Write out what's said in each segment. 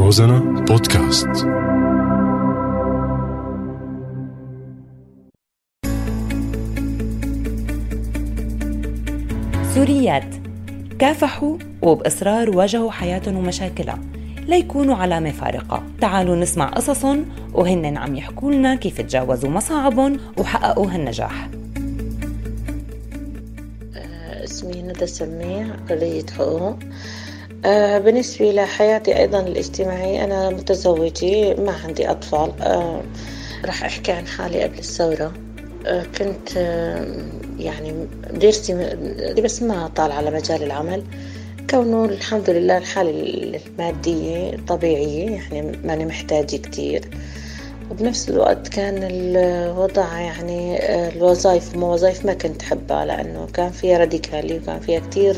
روزانا بودكاست. سوريات كافحوا وبإصرار واجهوا حياتهم ومشاكلها ليكونوا علامة فارقة. تعالوا نسمع قصصهم وهن عم يحكوا لنا كيف تجاوزوا مصاعبهم وحققوا هالنجاح. اسمي ندى سميع، كلية حقوق. بالنسبة لحياتي أيضا الاجتماعية، أنا متزوجة ما عندي أطفال. رح أحكي عن حالي قبل الثورة. كنت يعني درستي بس ما طالع على مجال العمل، كونه الحمد لله الحالة المادية طبيعية، يعني ماني محتاجة كتير. وبنفس الوقت كان الوضع يعني الوظائف ما كنت حبها، لأنه كان فيها راديكالي وكان فيها كتير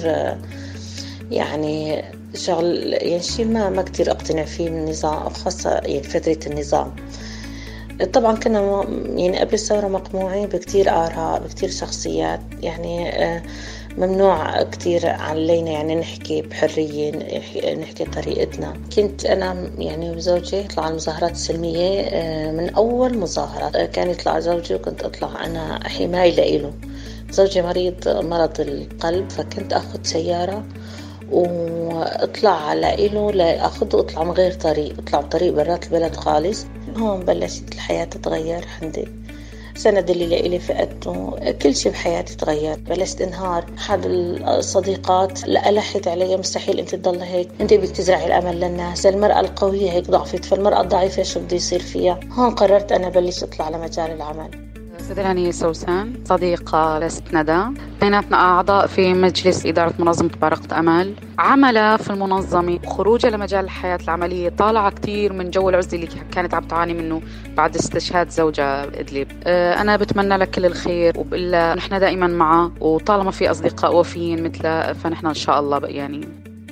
يعني شغل، يعني شيء ما كتير أقتنع فيه من النظام، خاصة يعني فترة النظام. طبعا كنا يعني قبل الثورة مقموعين بكتير آراء، بكتير شخصيات، يعني ممنوع كتير علينا يعني نحكي بحرية، نحكي طريقتنا. كنت أنا يعني وزوجي نطلع على المظاهرات السلمية. من أول مظاهرة كان يطلع زوجي وكنت أطلع أنا حماية لإله. زوجي مرض القلب، فكنت أخذ سيارة واطلع على إله لأخذه واطلع من غير طريق، اطلع بطريق برات البلد خالص. هون بلشت الحياة تتغير عندي. سند اللي لإلي فقدته، كل شيء بحياتي تغير. بلشت انهار. أحد الصديقات ألحت علي: مستحيل أنت تضل هيك، أنت بدك تزرعي الأمل للناس، المرأة القوية هيك ضعفت، فالمرأة الضعيفة شو بده يصير فيها؟ هون قررت أنا بلش أطلع على مجال العمل. سدراني سوسن، صديقة لست ندى، بيناتنا أعضاء في مجلس إدارة منظمة بارقة أمل. عملها في المنظمة وخروجها لمجال الحياة العملية طالعة كتير من جو العزلة اللي كانت عم تعاني منه بعد استشهاد زوجها بإدلب. أنا بتمنى لك كل الخير، وبقول نحن دائما معه، وطالما في أصدقاء وفيين مثله فنحن إن شاء الله يعني.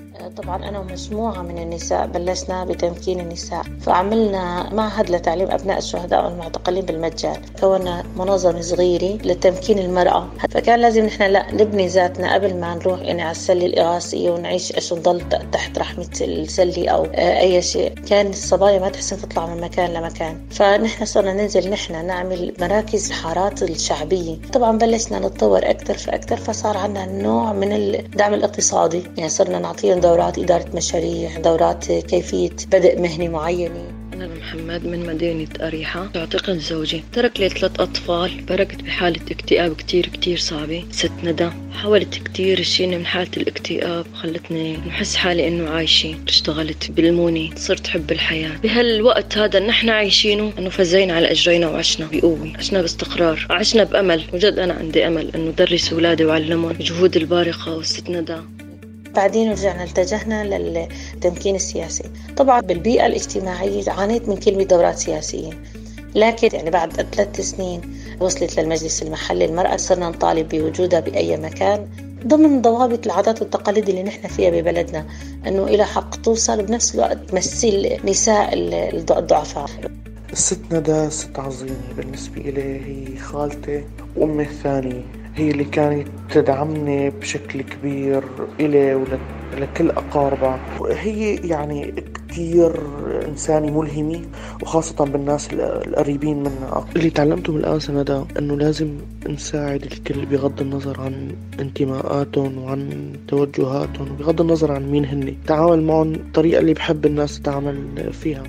طبعا أنا ومجموعة من النساء بلشنا بتمكين النساء، فعملنا معهد لتعليم أبناء الشهداء والمعتقلين بالمجان. كونا منظمة صغيرة لتمكين المرأة، فكان لازم نحن نبني ذاتنا قبل ما نروح يعني على السلة الإغاثية ونعيش إيش نضل تحت رحمة السلة أو أي شيء. كان الصبايا ما تحسن تطلع من مكان لمكان، فنحن صرنا ننزل نحن نعمل مراكز الحارات الشعبية. طبعا بلشنا نتطور أكثر فأكثر، فصار عنا نوع من الدعم الاقتصادي، يعني صرنا نعطيهم دورات إدارة مشاريع، دورات كيفية بدء مهني معينة. أنا محمد من مدينة أريحة. اعتقل زوجي، ترك لي 3 أطفال، بركت بحالة اكتئاب كتير صعبة. ست ندى حاولت كتير تشيلني من حالة الاكتئاب، خلتني نحس حالي إنه عايشة. اشتغلت بالموني، صرت حب الحياة. بهالوقت هذا نحن عايشينه إنه فزينا على أجرينا وعشنا بقوة، عشنا باستقرار، عشنا بأمل. وجد أنا عندي أمل إنه درس أولادي وعلمهم بجهود البارقة والست ندى. بعدين رجعنا التجهنا للتمكين السياسي. طبعا بالبيئة الاجتماعية عانيت من كلمة دورات سياسية، لكن يعني بعد 3 سنين وصلت للمجلس المحلي. المرأة صرنا نطالب بوجودها بأي مكان ضمن ضوابط العادات والتقاليد اللي نحن فيها ببلدنا، أنه إلى حق توصل وبنفس الوقت تمثل نساء الضعفاء. الست ندى ست عظيمة بالنسبة إلي، هي خالتي وأمي الثانية، هي اللي كانت تدعمني بشكل كبير إلي ولكل أقاربها. هي يعني كتير إنسانة ملهمة، وخاصة بالناس القريبين منها. اللي تعلمته من الآن ندى أنه لازم نساعد الكل بغض النظر عن انتماءاتهم وعن توجهاتهم، وبغض النظر عن مين هن. تعامل معهم الطريقة اللي بحب الناس تتعامل فيها.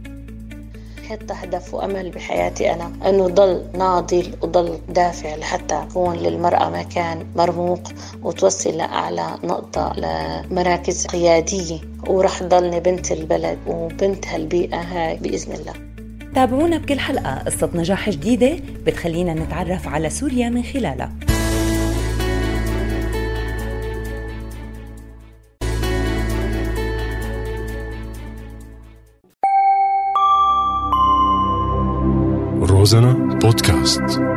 حتى هدف وأمل بحياتي أنا أنه ضل ناضل وضل دافع لحتى يكون للمرأة مكان مرموق وتوصل لأعلى نقطة لمراكز قيادية، ورح ضلني بنت البلد وبنت هالبيئة هاي بإذن الله. تابعونا بكل حلقة قصة نجاح جديدة بتخلينا نتعرف على سوريا من خلالها. روزانا بودكاست.